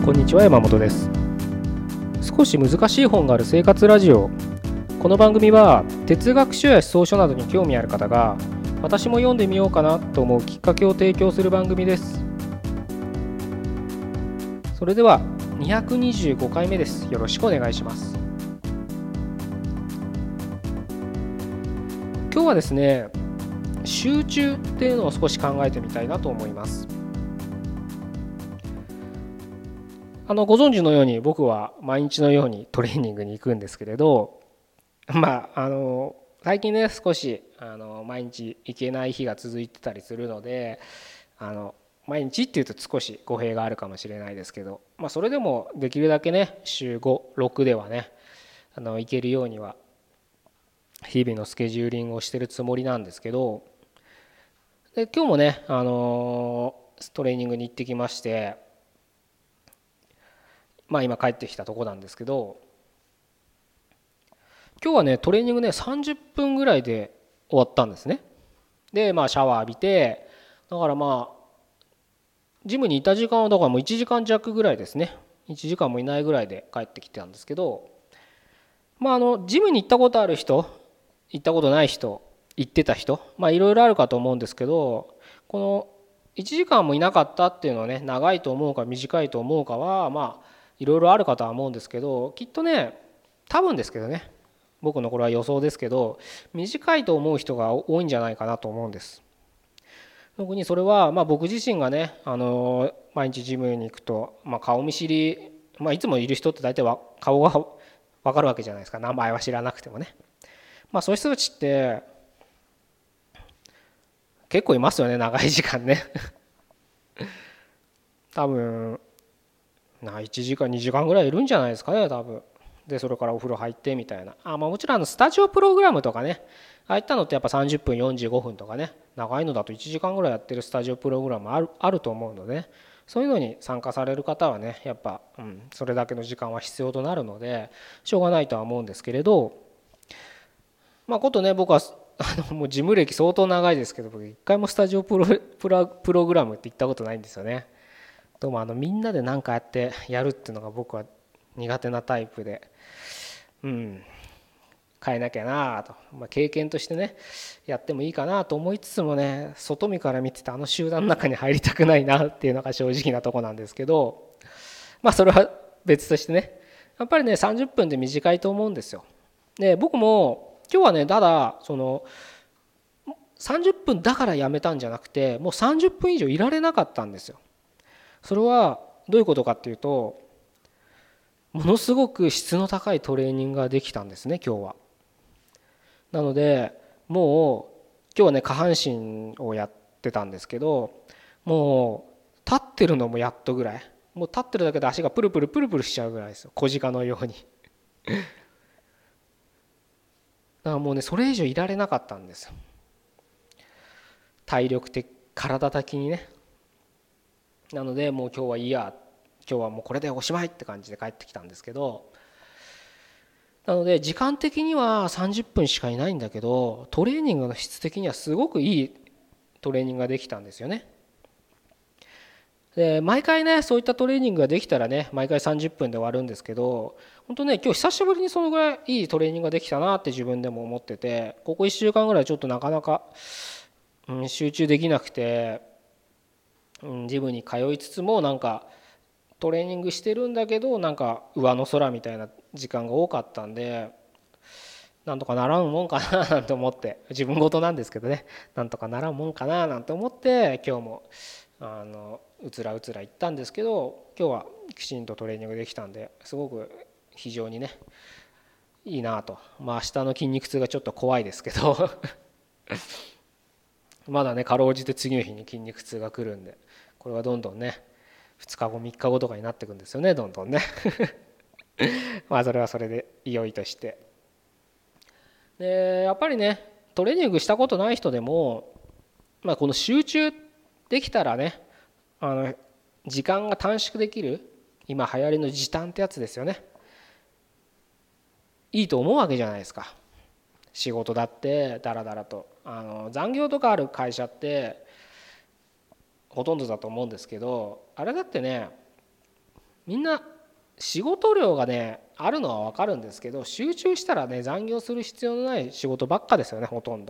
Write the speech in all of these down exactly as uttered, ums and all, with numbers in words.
こんにちは、山本です。少し難しい本がある生活ラジオ。この番組は哲学書や思想書などに興味ある方が私も読んでみようかなと思うきっかけを提供する番組です。それではにひゃくにじゅうごかいめです。よろしくお願いします。今日はですね、集中っていうのを少し考えてみたいなと思います。あのご存知のように僕は毎日のようにトレーニングに行くんですけれど、まああの最近ね少しあの毎日行けない日が続いてたりするので、あの毎日っていうと少し語弊があるかもしれないですけど、まあ、それでもできるだけね週ご、ろくではねあの行けるようには日々のスケジューリングをしてるつもりなんですけど、で今日もねあのトレーニングに行ってきまして、まあ今帰ってきたとこなんですけど、今日はねトレーニングねさんじゅっぷんぐらいで終わったんですね。でまあシャワー浴びて、だからまあジムにいた時間はだからもういちじかん弱ぐらいですね。いちじかんもいないぐらいで帰ってきてたんですけど、まああのジムに行ったことある人、行ったことない人、行ってた人、まあいろいろあるかと思うんですけど、このいちじかんもいなかったっていうのはね、長いと思うか短いと思うかはまあいろいろあるかとは思うんですけど、きっとね多分ですけどね、僕のこれは予想ですけど短いと思う人が多いんじゃないかなと思うんです。特にそれはまあ僕自身がね、あの毎日ジムに行くと、まあ、顔見知り、まあ、いつもいる人って大体は顔が分かるわけじゃないですか、名前は知らなくてもね。まあそういう人たちって結構いますよね、長い時間ね多分ないちじかんにじかんぐらいいるんじゃないですかね多分。でそれからお風呂入ってみたいな、あ、まあ、もちろんあのスタジオプログラムとかね、ああいったのってやっぱさんじゅっぷんよんじゅうごふんとかね、長いのだといちじかんぐらいやってるスタジオプログラムあるあると思うので、ね、そういうのに参加される方はねやっぱ、うん、それだけの時間は必要となるのでしょうがないとは思うんですけれど、まあことね僕はあのもう事務歴相当長いですけど、僕一回もスタジオプロプラプログラムって行ったことないんですよね。どうもあのみんなで何かやってやるっていうのが僕は苦手なタイプで、うん変えなきゃなと、まあ、経験としてねやってもいいかなと思いつつもね、外見から見ててあの集団の中に入りたくないなっていうのが正直なとこなんですけど、まあそれは別としてね、やっぱりねさんじゅっぷんで短いと思うんですよ。で僕も今日はねただそのさんじゅっぷんだからやめたんじゃなくて、もうさんじゅっぷん以上いられなかったんですよ。それはどういうことかっていうと、ものすごく質の高いトレーニングができたんですね今日は。なのでもう今日はね下半身をやってたんですけど、もう立ってるのもやっとぐらい、もう立ってるだけで足がプルプルプルプルしちゃうぐらいですよ、小鹿のようにだからもうねそれ以上いられなかったんですよ、体力的体的にね。なのでもう今日はいいや、今日はもうこれでおしまいって感じで帰ってきたんですけど、なので時間的にはさんじゅっぷんしかいないんだけど、トレーニングの質的にはすごくいいトレーニングができたんですよね。で毎回ねそういったトレーニングができたらね毎回さんじゅっぷんで終わるんですけど、本当ね今日久しぶりにそのぐらいいいトレーニングができたなって自分でも思ってて、ここいっしゅうかんぐらいちょっとなかなか、うん、集中できなくて、うん、ジムに通いつつもなんかトレーニングしてるんだけどなんか上の空みたいな時間が多かったんで、なんとかならんもんかななんて思って、自分事なんですけどね、なんとかならんもんかななんて思って今日もあのうつらうつら行ったんですけど、今日はきちんとトレーニングできたんですごく非常にねいいなと。まあ明日の筋肉痛がちょっと怖いですけどまだねかろうじて次の日に筋肉痛が来るんで、これはどんどんねふつかごみっかごとかになっていくんですよね、どんどんねまあそれはそれで良いとして、でやっぱりねトレーニングしたことない人でも、まあ、この集中できたらねあの時間が短縮できる、今流行りの時短ってやつですよね、いいと思うわけじゃないですか。仕事だってだらだらとあの残業とかある会社ってほとんどだと思うんですけど、あれだってねみんな仕事量がねあるのは分かるんですけど、集中したらね残業する必要のない仕事ばっかですよね、ほとんど。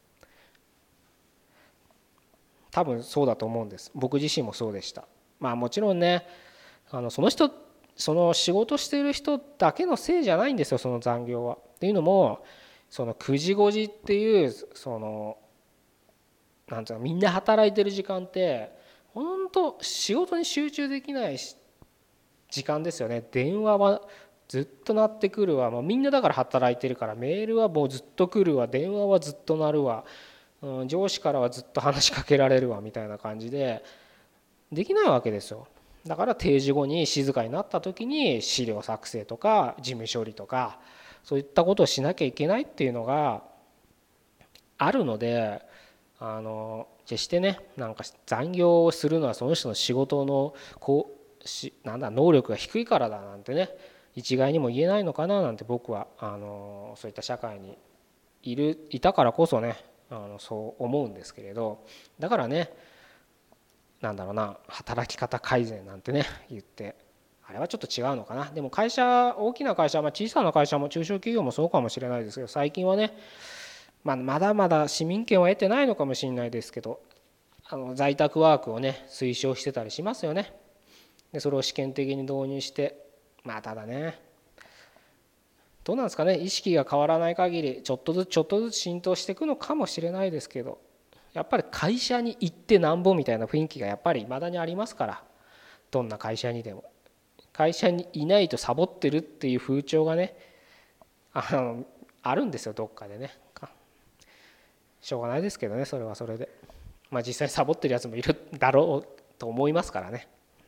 多分そうだと思うんです。僕自身もそうでした。まあもちろんね、あのその人その仕事している人だけのせいじゃないんですよ、その残業は。っていうのも、そのくじごじっていうそのなんていうの、みんな働いてる時間って本当仕事に集中できない時間ですよね。電話はずっと鳴ってくるわ、まあ、みんなだから働いてるから、メールはもうずっと来るわ、電話はずっと鳴るわ、うん、上司からはずっと話しかけられるわみたいな感じでできないわけですよ。だから定時後に静かになった時に資料作成とか事務処理とかそういったことをしなきゃいけないっていうのがあるので、あの決してねなんか残業をするのはその人の仕事のこうしなんだ能力が低いからだなんてね一概にも言えないのかななんて、僕はあのそういった社会にいるいたからこそねあのそう思うんですけれど、だからねなんだろうな、働き方改善なんてね言ってあれはちょっと違うのかな。でも会社大きな会社、まあ、小さな会社も中小企業もそうかもしれないですけど、最近はね、まあ、まだまだ市民権は得てないのかもしれないですけど、あの在宅ワークをね推奨してたりしますよね。でそれを試験的に導入して、まあただねどうなんですかね、意識が変わらない限りちょっとずつちょっとずつ浸透していくのかもしれないですけど、やっぱり会社に行ってなんぼみたいな雰囲気がやっぱりいまだにありますから、どんな会社にでも会社にいないとサボってるっていう風潮がねあのあるんですよ、どっかでね。しょうがないですけどね、それはそれで。まあ実際サボってるやつもいるだろうと思いますからね。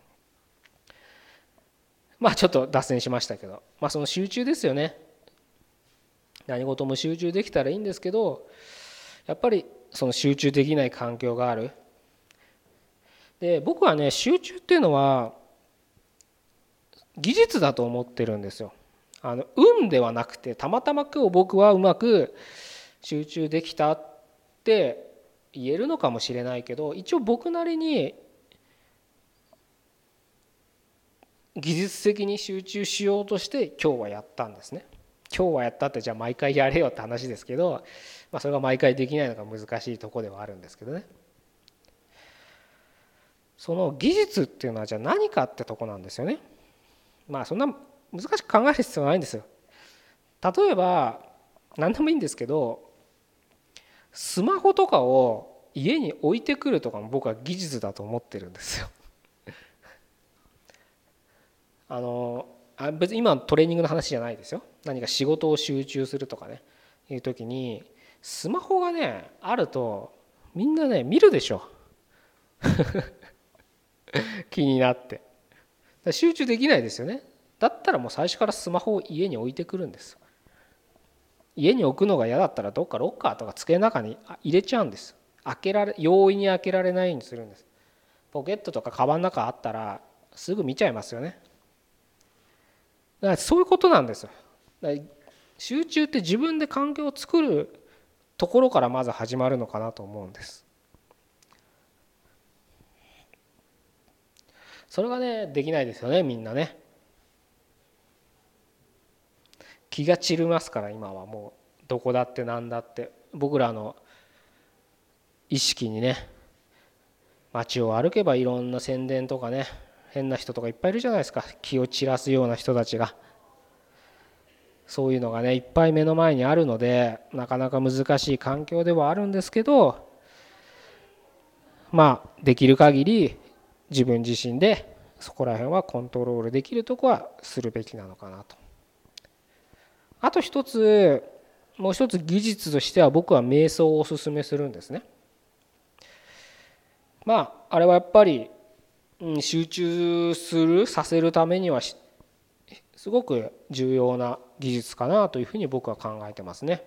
まあちょっと脱線しましたけど、まあその集中ですよね。何事も集中できたらいいんですけど、やっぱりその集中できない環境がある。で僕はね集中っていうのは技術だと思ってるんですよ。あの運ではなくて、たまたま今日僕はうまく集中できたって言えるのかもしれないけど、一応僕なりに技術的に集中しようとして今日はやったんですね。今日はやったってじゃあ毎回やれよって話ですけど、まあ、それが毎回できないのが難しいところではあるんですけどね。その技術っていうのはじゃあ何かってとこなんですよね。まあそんな難しく考える必要はないんですよ。例えば何でもいいんですけど、スマホとかを家に置いてくるとかも僕は技術だと思ってるんですよ。あのあ別に今トレーニングの話じゃないですよ。何か仕事を集中するとかねいう時にスマホがねあるとみんなね見るでしょ気になって。集中できないですよね。だったらもう最初からスマホを家に置いてくるんです。家に置くのが嫌だったらどっかロッカーとか机の中に入れちゃうんです。開けられ容易に開けられないようにするんです。ポケットとかカバンの中あったらすぐ見ちゃいますよね。だからそういうことなんですよ。だから集中って自分で環境を作るところからまず始まるのかなと思うんです。それがねできないですよね、みんなね。気が散りますから、今はもうどこだって何だって僕らの意識にね、街を歩けばいろんな宣伝とかね変な人とかいっぱいいるじゃないですか。気を散らすような人たちが、そういうのがねいっぱい目の前にあるので、なかなか難しい環境ではあるんですけど、まあできる限り自分自身でそこら辺はコントロールできるとこはするべきなのかなと。あと一つもう一つ技術としては、僕は瞑想をおすすめするんですね。まああれはやっぱり集中するさせるためにはすごく重要な技術かなというふうに僕は考えてますね。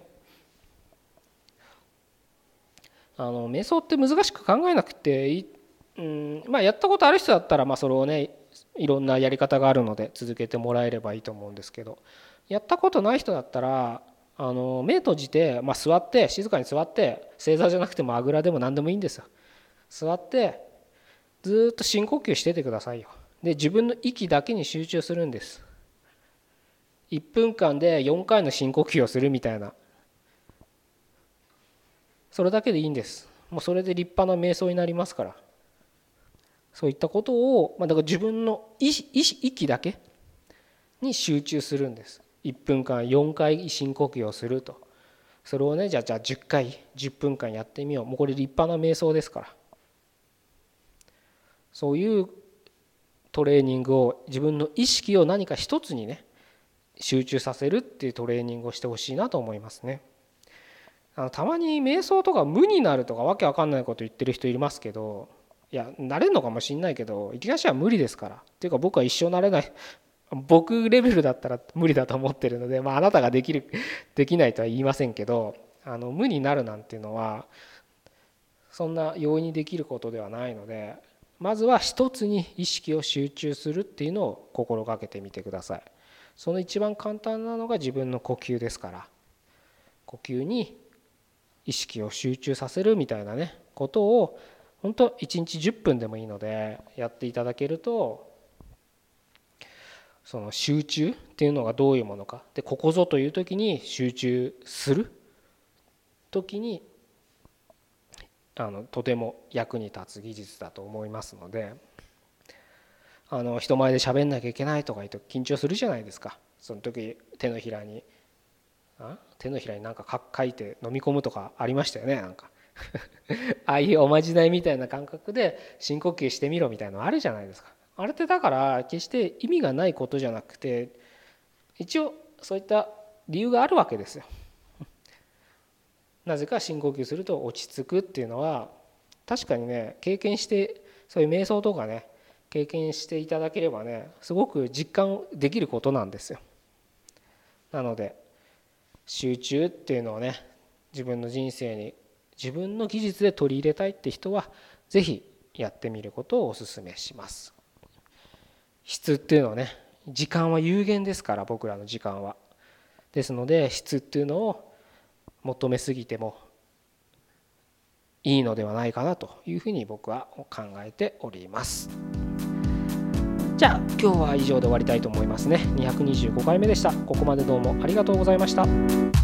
あの瞑想って難しく考えなくていい、うんまあ、やったことある人だったらまあそれをねいろんなやり方があるので続けてもらえればいいと思うんですけど、やったことない人だったらあの目閉じて、まあ、座って静かに座って、正座じゃなくてもあぐらでも何でもいいんですよ。座ってずっと深呼吸しててくださいよ。 で自分の息だけに集中するんです。いっぷんかんでよんかいの深呼吸をするみたいな、それだけでいいんです。もうそれで立派な瞑想になりますから。そういったことを、まあ、だから自分の意息だけに集中するんです。いっぷんかんよんかい深呼吸をすると。それをね、じゃあじゃあじゅっかいじゅっぷんかんやってみよう。もうこれ立派な瞑想ですから。そういうトレーニングを、自分の意識を何か一つにね集中させるっていうトレーニングをしてほしいなと思いますね。あのたまに瞑想とか無になるとかわけわかんないこと言ってる人いますけど、いやなれるのかもしれないけど、いきなしは無理ですから。っていうか僕は一生なれない、僕レベルだったら無理だと思ってるので、まあ、あなたができるできないとは言いませんけど、あの無になるなんていうのはそんな容易にできることではないので、まずは一つに意識を集中するっていうのを心がけてみてください。その一番簡単なのが自分の呼吸ですから、呼吸に意識を集中させるみたいなねことを本当いちにちじゅっぷんでもいいのでやっていただけると、その集中っていうのがどういうものかで、ここぞという時に集中する時にあのとても役に立つ技術だと思いますので、あの人前で喋んなきゃいけないとか言うと緊張するじゃないですか。その時手のひらにあ手のひらに何か書いて飲み込むとかありましたよね。なんかああいうおまじないみたいな感覚で深呼吸してみろみたいなのあるじゃないですか。あれってだから決して意味がないことじゃなくて、一応そういった理由があるわけですよ。なぜか深呼吸すると落ち着くっていうのは確かにね、経験して、そういう瞑想とかね経験していただければねすごく実感できることなんですよ。なので集中っていうのをね自分の人生に自分の技術で取り入れたいって人はぜひやってみることをお勧めします。質っていうのはね、時間は有限ですから、僕らの時間は。ですので質っていうのを求めすぎてもいいのではないかなというふうに僕は考えております。じゃあ今日は以上で終わりたいと思いますね。にひゃくにじゅうごかいめでした。ここまでどうもありがとうございました。